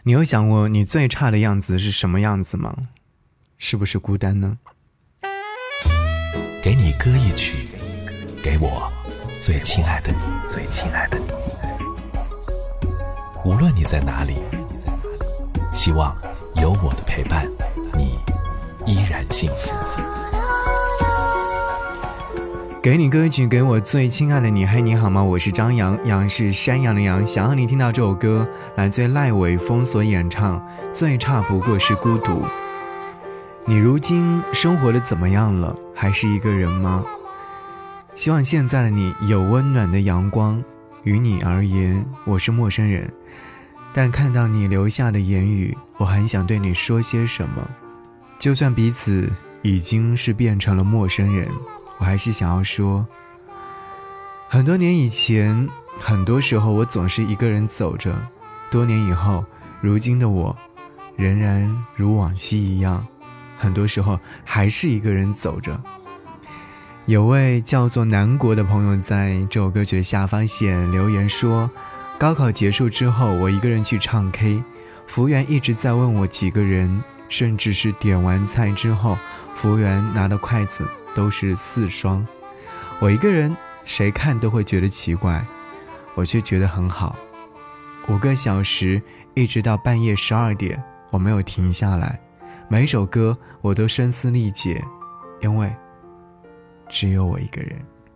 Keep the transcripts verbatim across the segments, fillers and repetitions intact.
你有想过你最差的样子是什么样子吗？是不是孤单呢？ 给你歌一曲，给我最亲爱的你，最亲爱的你。无论你在哪里，希望有我的陪伴，你依然幸福。 给你歌曲，给我最亲爱的你。嘿，你好吗？我是张扬，杨是山羊的羊。想要你听到这首歌，来自赖伟峰所演唱，最差不过是孤独。你如今生活的怎么样了？还是一个人吗？希望现在的你有温暖的阳光。于你而言，我是陌生人，但看到你留下的言语，我很想对你说些什么。就算彼此已经是变成了陌生人，我还是想要说，很多年以前，很多时候我总是一个人走着，多年以后，如今的我仍然如往昔一样，很多时候还是一个人走着。有位叫做南国的朋友在这首歌曲的下方写留言说，高考结束之后，我一个人去唱 K， 服务员一直在问我几个人，甚至是点完菜之后，服务员拿的筷子都是四双，我一个人谁看都会觉得奇怪，我却觉得很好。五个小时一直到半夜十二点，我没有停下来，每首歌我都声嘶力竭，因为只有我一个人。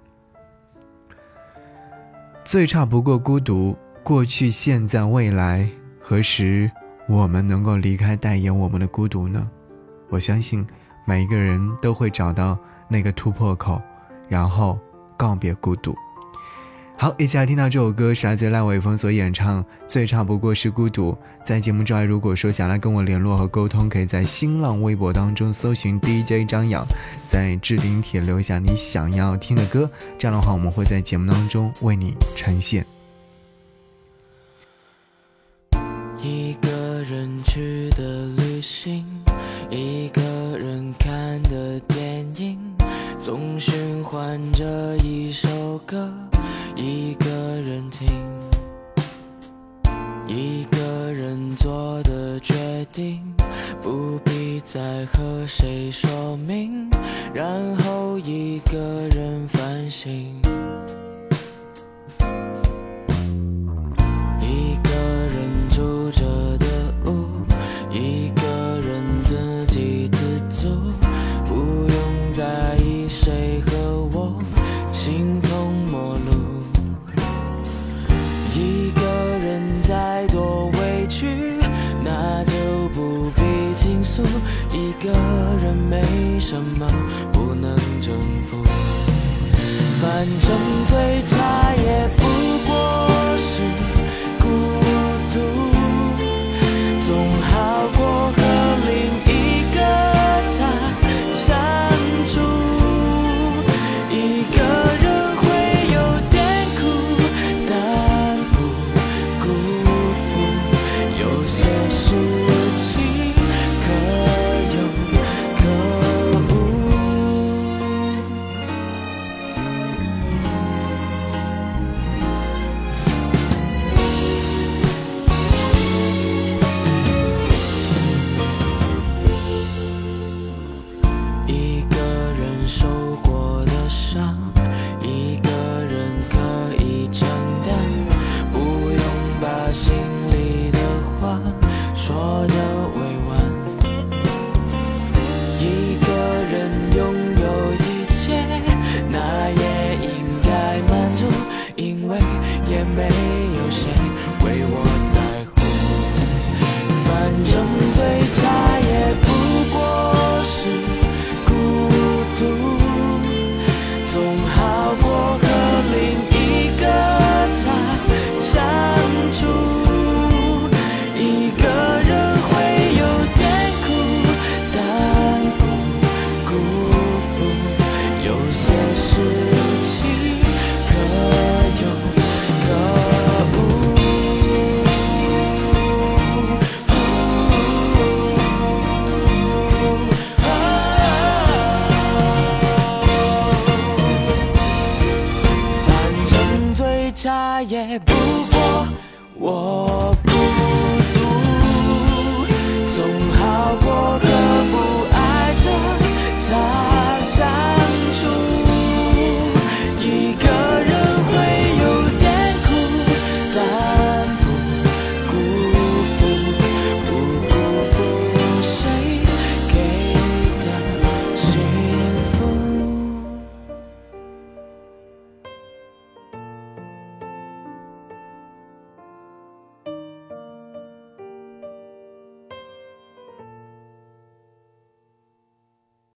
最差不过孤独，过去现在未来，何时我们能够离开代言我们的孤独呢？我相信每一个人都会找到那个突破口，然后告别孤独。好，一起来听到这首歌是来自赖伟峰所演唱，最差不过是孤独。在节目之外，如果说想来跟我联络和沟通，可以在新浪微博当中搜寻 D J 张扬，在置顶帖留下你想要听的歌，这样的话我们会在节目当中为你呈现。 一个人去的旅行，一个人看的电影，总循环着一首歌，一个人听，一个人做的决定，不必再和谁说明，然后一个人反省。一个人住着的屋，一个人自给自足，不用在意谁和我形同陌路。一个人再多委屈，那就不必倾诉，一个人没什么不能征服，反正最差也不过是孤独，总好过和另一个他相处。一个人会有点苦，但不辜负，有些事情可有可无。一个人受过的伤，一个人可以承担，不用把心里的话说得委婉。一个人拥有一切，那也应该满足，因为也没有谁为我在乎。反正最差也不过是孤独，总好过和另一个他相处。一个人会有点苦，但不辜负，有些事情可有可无。反正最差也不